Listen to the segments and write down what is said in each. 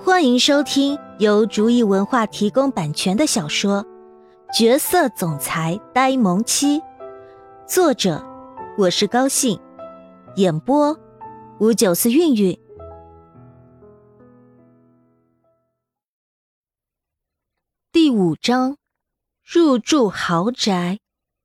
欢迎收听由竹意文化提供版权的小说《角色总裁呆萌妻》，作者我是高兴，演播594韵韵。第5章，入住豪宅。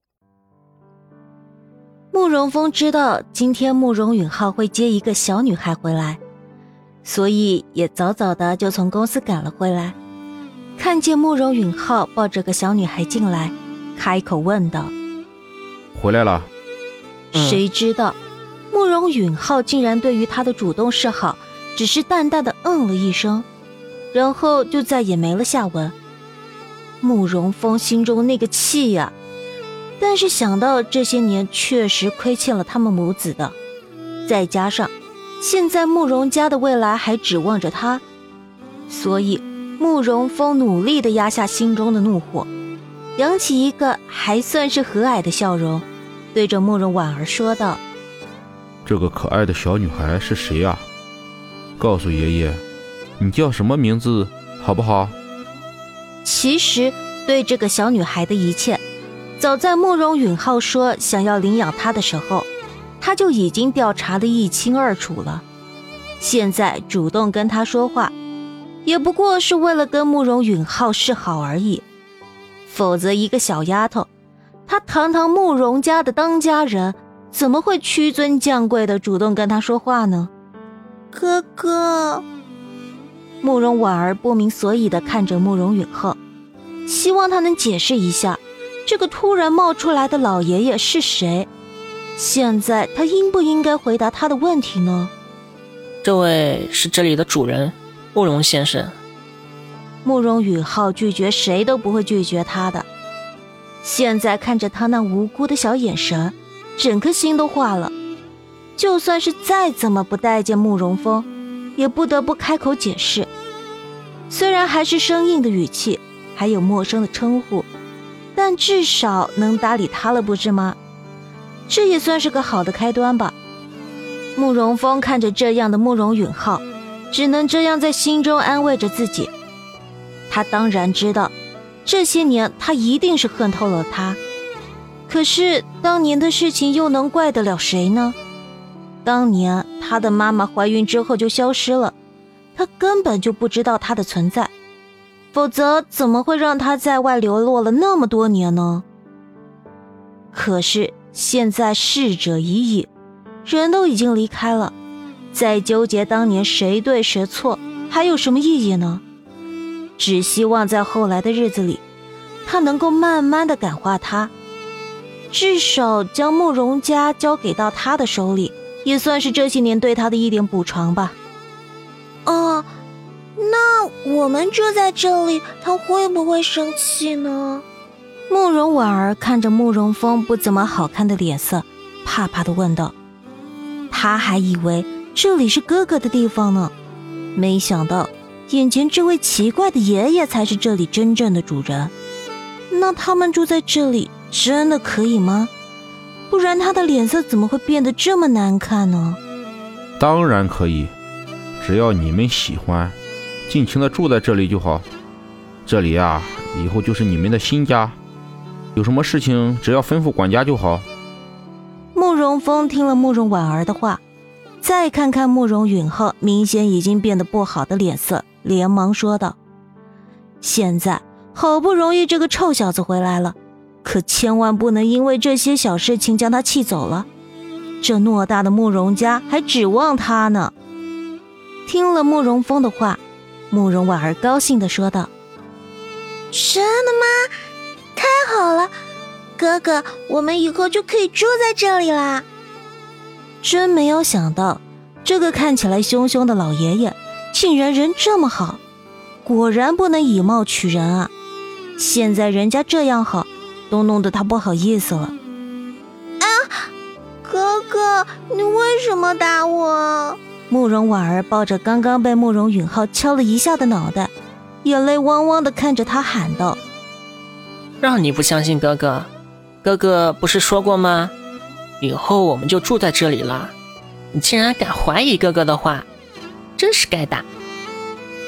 慕容峰知道今天慕容允浩会接一个小女孩回来，所以也早早的就从公司赶了回来。看见慕容允浩抱着个小女孩进来，开口问道： 回来了。 谁知道慕容允浩竟然对于他的主动示好只是淡淡的了一声，然后就再也没了下文。慕容峰心中那个气呀，但是想到这些年确实亏欠了他们母子的，再加上现在慕容家的未来还指望着他，所以慕容峰努力地压下心中的怒火，扬起一个还算是和蔼的笑容，对着慕容婉儿说道： 这个可爱的小女孩是谁啊？告诉爷爷你叫什么名字好不好？ 其实对这个小女孩的一切，早在慕容允浩说想要领养她的时候，他就已经调查得一清二楚了。现在主动跟他说话，也不过是为了跟慕容允浩示好而已。否则一个小丫头，她堂堂慕容家的当家人，怎么会屈尊降贵的主动跟他说话呢？哥哥。慕容婉儿不明所以的看着慕容允浩，希望他能解释一下这个突然冒出来的老爷爷是谁。现在他应不应该回答他的问题呢？ 这位是这里的主人，慕容先生。 慕容允浩拒绝谁都不会拒绝他的，现在看着他那无辜的小眼神，整颗心都化了。就算是再怎么不待见慕容峰，也不得不开口解释。虽然还是生硬的语气，还有陌生的称呼，但至少能搭理他了，不是吗？这也算是个好的开端吧。慕容峰看着这样的慕容允浩，只能这样在心中安慰着自己。他当然知道这些年他一定是恨透了他，可是当年的事情又能怪得了谁呢？当年他的妈妈怀孕之后就消失了，他根本就不知道她的存在，否则怎么会让他在外流落了那么多年呢？可是现在逝者已矣，人都已经离开了，再纠结当年谁对谁错还有什么意义呢？只希望在后来的日子里，他能够慢慢的感化他，至少将慕容家交给到他的手里，也算是这些年对他的一点补偿吧。 哦，那我们住在这里，他会不会生气呢？ 慕容婉儿看着慕容峰不怎么好看的脸色，怕怕地问道。他还以为这里是哥哥的地方呢，没想到眼前这位奇怪的爷爷才是这里真正的主人。那他们住在这里真的可以吗？不然他的脸色怎么会变得这么难看呢？ 当然可以，只要你们喜欢，尽情的住在这里就好。这里啊，以后就是你们的新家，有什么事情只要吩咐管家就好。 慕容峰听了慕容婉儿的话，再看看慕容允浩明显已经变得不好的脸色，连忙说道：现在好不容易这个臭小子回来了，可千万不能因为这些小事情将他气走了，这偌大的慕容家还指望他呢。听了慕容峰的话，慕容婉儿高兴地说道： 真的吗？太好了，哥哥，我们以后就可以住在这里啦。 真没有想到，这个看起来凶凶的老爷爷竟然人这么好，果然不能以貌取人啊。现在人家这样好，都弄得他不好意思了。 啊，哥哥，你为什么打我？ 慕容婉儿抱着刚刚被慕容允浩敲了一下的脑袋，眼泪汪汪地看着他喊道： 让你不相信哥哥，哥哥不是说过吗？以后我们就住在这里了，你竟然敢怀疑哥哥的话，真是该打。 慕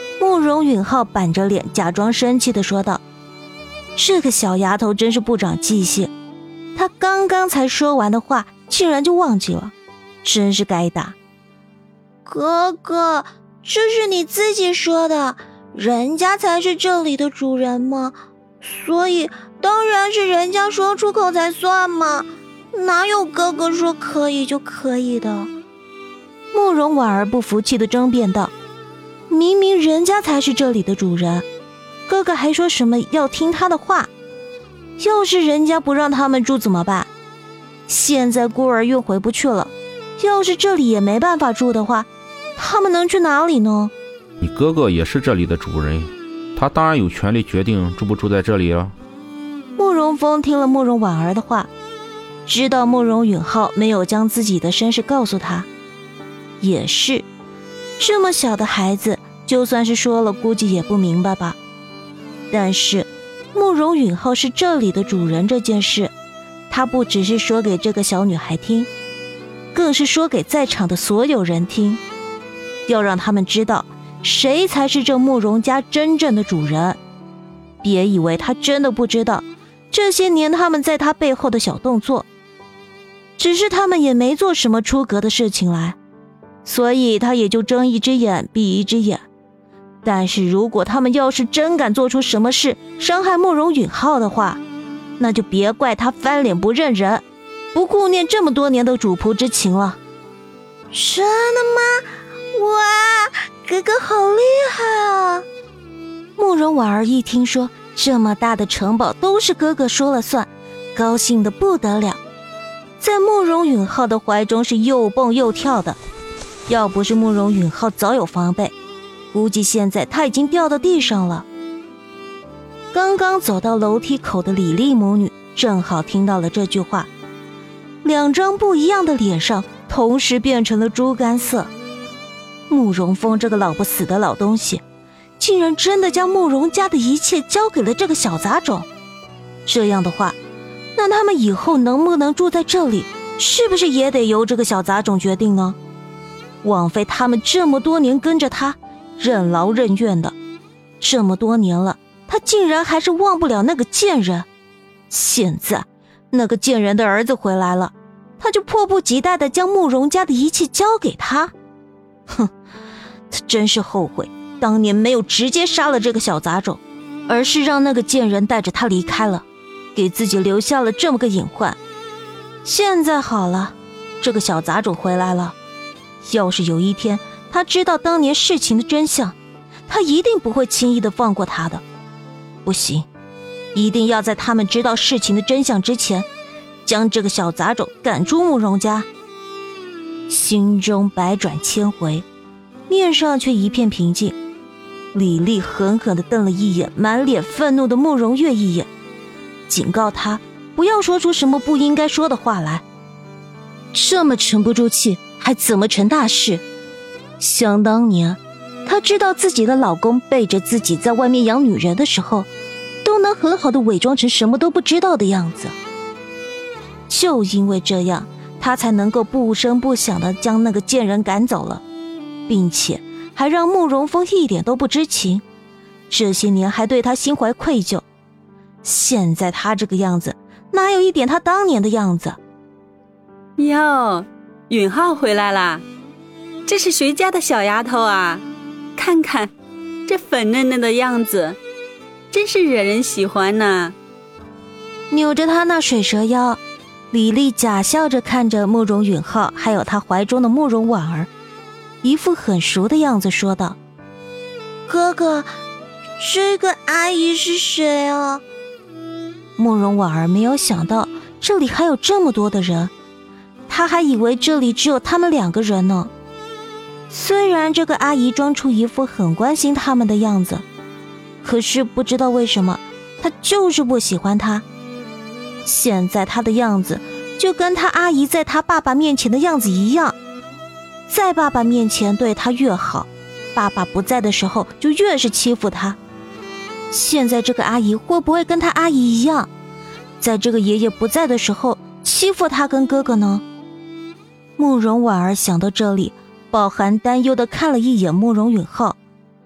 容允浩板着脸假装生气地说道：这个小丫头真是不长记性，她刚刚才说完的话竟然就忘记了，真是该打。 哥哥，这是你自己说的，人家才是这里的主人嘛，所以当然是人家说出口才算嘛，哪有哥哥说可以就可以的。 慕容婉儿不服气地争辩道：明明人家才是这里的主人，哥哥还说什么要听他的话，要是人家不让他们住怎么办？现在孤儿院回不去了，要是这里也没办法住的话，他们能去哪里呢？ 你哥哥也是这里的主人，他当然有权利决定住不住在这里了。 慕容峰听了慕容婉儿的话，知道慕容允浩没有将自己的身世告诉他，也是，这么小的孩子就算是说了估计也不明白吧。但是慕容允浩是这里的主人这件事，他不只是说给这个小女孩听，更是说给在场的所有人听，要让他们知道谁才是这慕容家真正的主人。别以为他真的不知道这些年他们在他背后的小动作，只是他们也没做什么出格的事情来，所以他也就睁一只眼闭一只眼。但是如果他们要是真敢做出什么事伤害慕容允浩的话，那就别怪他翻脸不认人，不顾念这么多年的主仆之情了。 真的吗？哇，哥哥好厉害啊！ 慕容婉儿一听说这么大的城堡都是哥哥说了算，高兴得不得了，在慕容允浩的怀中是又蹦又跳的。要不是慕容允浩早有防备，估计现在他已经掉到地上了。刚刚走到楼梯口的李丽母女正好听到了这句话，两张不一样的脸上同时变成了猪肝色。慕容峰这个老不死的老东西，竟然真的将慕容家的一切交给了这个小杂种。这样的话，那他们以后能不能住在这里，是不是也得由这个小杂种决定呢？枉费他们这么多年跟着他，任劳任怨的，这么多年了，他竟然还是忘不了那个贱人。现在那个贱人的儿子回来了，他就迫不及待地将慕容家的一切交给他。哼，他真是后悔当年没有直接杀了这个小杂种，而是让那个贱人带着他离开了，给自己留下了这么个隐患。现在好了，这个小杂种回来了，要是有一天他知道当年事情的真相，他一定不会轻易的放过他的。不行，一定要在他们知道事情的真相之前，将这个小杂种赶出慕容家。心中百转千回，面上却一片平静。李丽狠狠地瞪了一眼满脸愤怒的慕容月一眼，警告他不要说出什么不应该说的话来。这么沉不住气，还怎么成大事？想当年，她知道自己的老公背着自己在外面养女人的时候，都能很好的伪装成什么都不知道的样子。就因为这样，她才能够不声不响地将那个贱人赶走了，并且还让慕容峰一点都不知情，这些年还对他心怀愧疚。现在他这个样子，哪有一点他当年的样子？ 哟，允浩回来啦！这是谁家的小丫头啊？看看这粉嫩嫩的样子，真是惹人喜欢呢。 扭着他那水蛇腰，李丽假笑着看着慕容允浩还有他怀中的慕容婉儿，一副很熟的样子说道： 哥哥，这个阿姨是谁啊？ 慕容婉儿没有想到这里还有这么多的人，她还以为这里只有他们两个人呢。虽然这个阿姨装出一副很关心他们的样子，可是不知道为什么，她就是不喜欢她。现在她的样子就跟她阿姨在她爸爸面前的样子一样，在爸爸面前对她越好，爸爸不在的时候就越是欺负她。现在这个阿姨会不会跟她阿姨一样，在这个爷爷不在的时候欺负她跟哥哥呢？慕容婉儿想到这里，饱含担忧地看了一眼慕容允浩。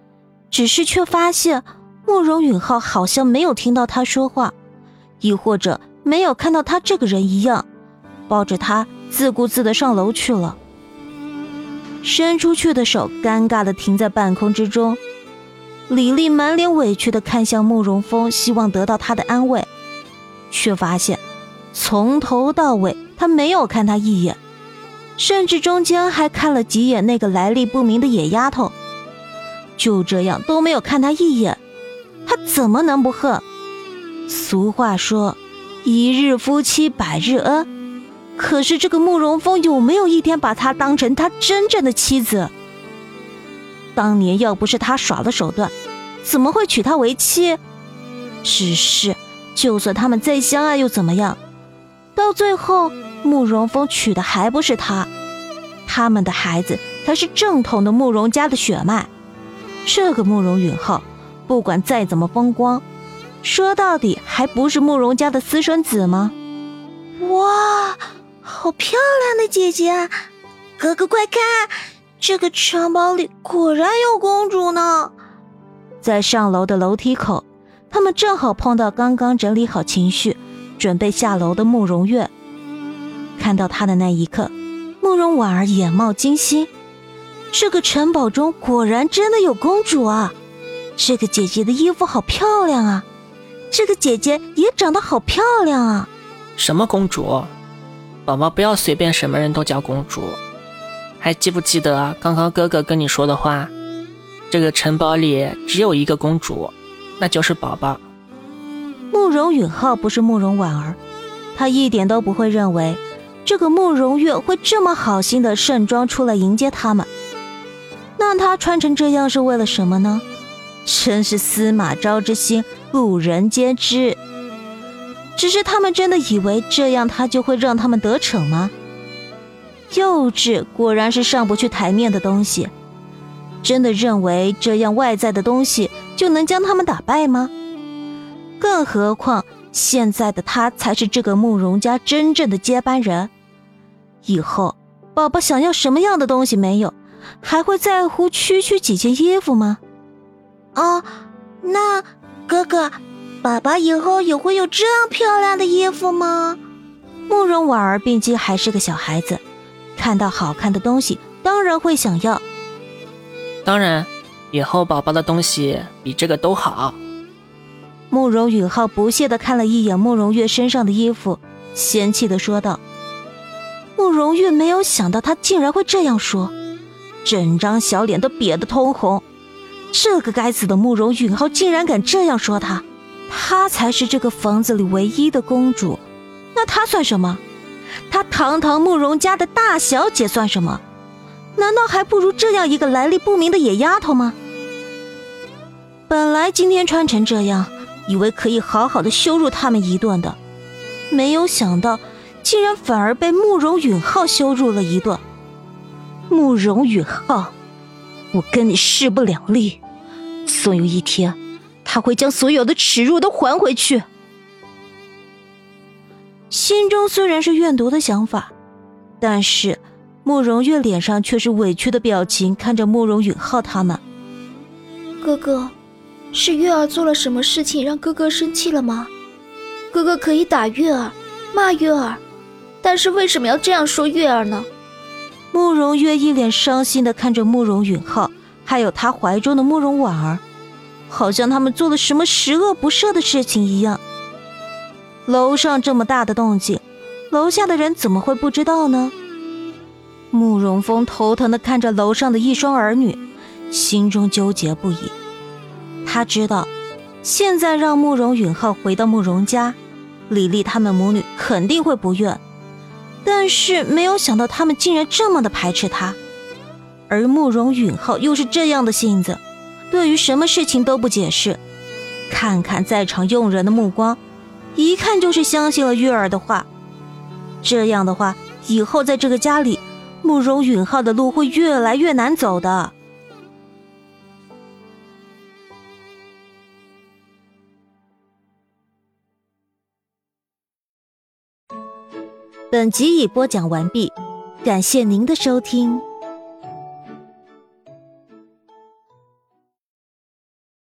只是却发现慕容允浩好像没有听到他说话，亦或者没有看到他这个人一样，抱着他自顾自地上楼去了。伸出去的手尴尬地停在半空之中，李丽满脸委屈地看向慕容峰，希望得到他的安慰，却发现从头到尾他没有看他一眼，甚至中间还看了几眼那个来历不明的野丫头，就这样都没有看他一眼，他怎么能不恨？俗话说一日夫妻百日恩，可是这个慕容峰有没有一天把她当成他真正的妻子？当年要不是他耍了手段，怎么会娶她为妻？只是就算他们再相爱又怎么样，到最后慕容峰娶的还不是她，他们的孩子才是正统的慕容家的血脉。这个慕容允浩不管再怎么风光，说到底还不是慕容家的私生子吗？ 哇，好漂亮的姐姐！哥哥快看，这个城堡里果然有公主呢。 在上楼的楼梯口，他们正好碰到刚刚整理好情绪准备下楼的慕容月。看到他的那一刻，慕容婉儿眼冒金星，这个城堡中果然真的有公主啊！这个姐姐的衣服好漂亮啊，这个姐姐也长得好漂亮啊。 什么公主？宝宝不要随便什么人都叫公主。还记不记得刚刚哥哥跟你说的话？这个城堡里只有一个公主，那就是宝宝。 慕容允浩不是慕容婉儿，他一点都不会认为这个慕容月会这么好心的盛装出来迎接他们。那他穿成这样是为了什么呢？真是司马昭之心，路人皆知。只是他们真的以为这样他就会让他们得逞吗？幼稚果然是上不去台面的东西。真的认为这样外在的东西就能将他们打败吗？更何况现在的他才是这个慕容家真正的接班人。以后宝宝想要什么样的东西没有，还会在乎区几件衣服吗？ 哦，那哥哥，爸爸以后也会有这样漂亮的衣服吗？ 慕容婉儿毕竟还是个小孩子，看到好看的东西当然会想要。 当然，以后宝宝的东西比这个都好。 慕容允浩不屑地看了一眼慕容月身上的衣服，嫌弃地说道。慕容月没有想到他竟然会这样说，整张小脸都瘪得通红。这个该死的慕容允浩竟然敢这样说他，她才是这个房子里唯一的公主，那她算什么？她堂堂慕容家的大小姐算什么？难道还不如这样一个来历不明的野丫头吗？本来今天穿成这样，以为可以好好的羞辱他们一顿的，没有想到竟然反而被慕容允浩羞辱了一顿。慕容允浩，我跟你势不两立，总有一天他会将所有的耻辱都还回去。心中虽然是怨毒的想法，但是慕容月脸上却是委屈的表情，看着慕容允浩他们。 哥哥，是月儿做了什么事情让哥哥生气了吗？哥哥可以打月儿，骂月儿，但是为什么要这样说月儿呢？ 慕容月一脸伤心地看着慕容允浩，还有他怀中的慕容婉儿，好像他们做了什么十恶不赦的事情一样。楼上这么大的动静，楼下的人怎么会不知道呢？慕容峰头疼地看着楼上的一双儿女，心中纠结不已。他知道现在让慕容允浩回到慕容家，李丽他们母女肯定会不愿，但是没有想到他们竟然这么的排斥他。而慕容允浩又是这样的性子，对于什么事情都不解释，看看在场佣人的目光，一看就是相信了月儿的话。这样的话，以后在这个家里，慕容允浩的路会越来越难走的。本集已播讲完毕，感谢您的收听。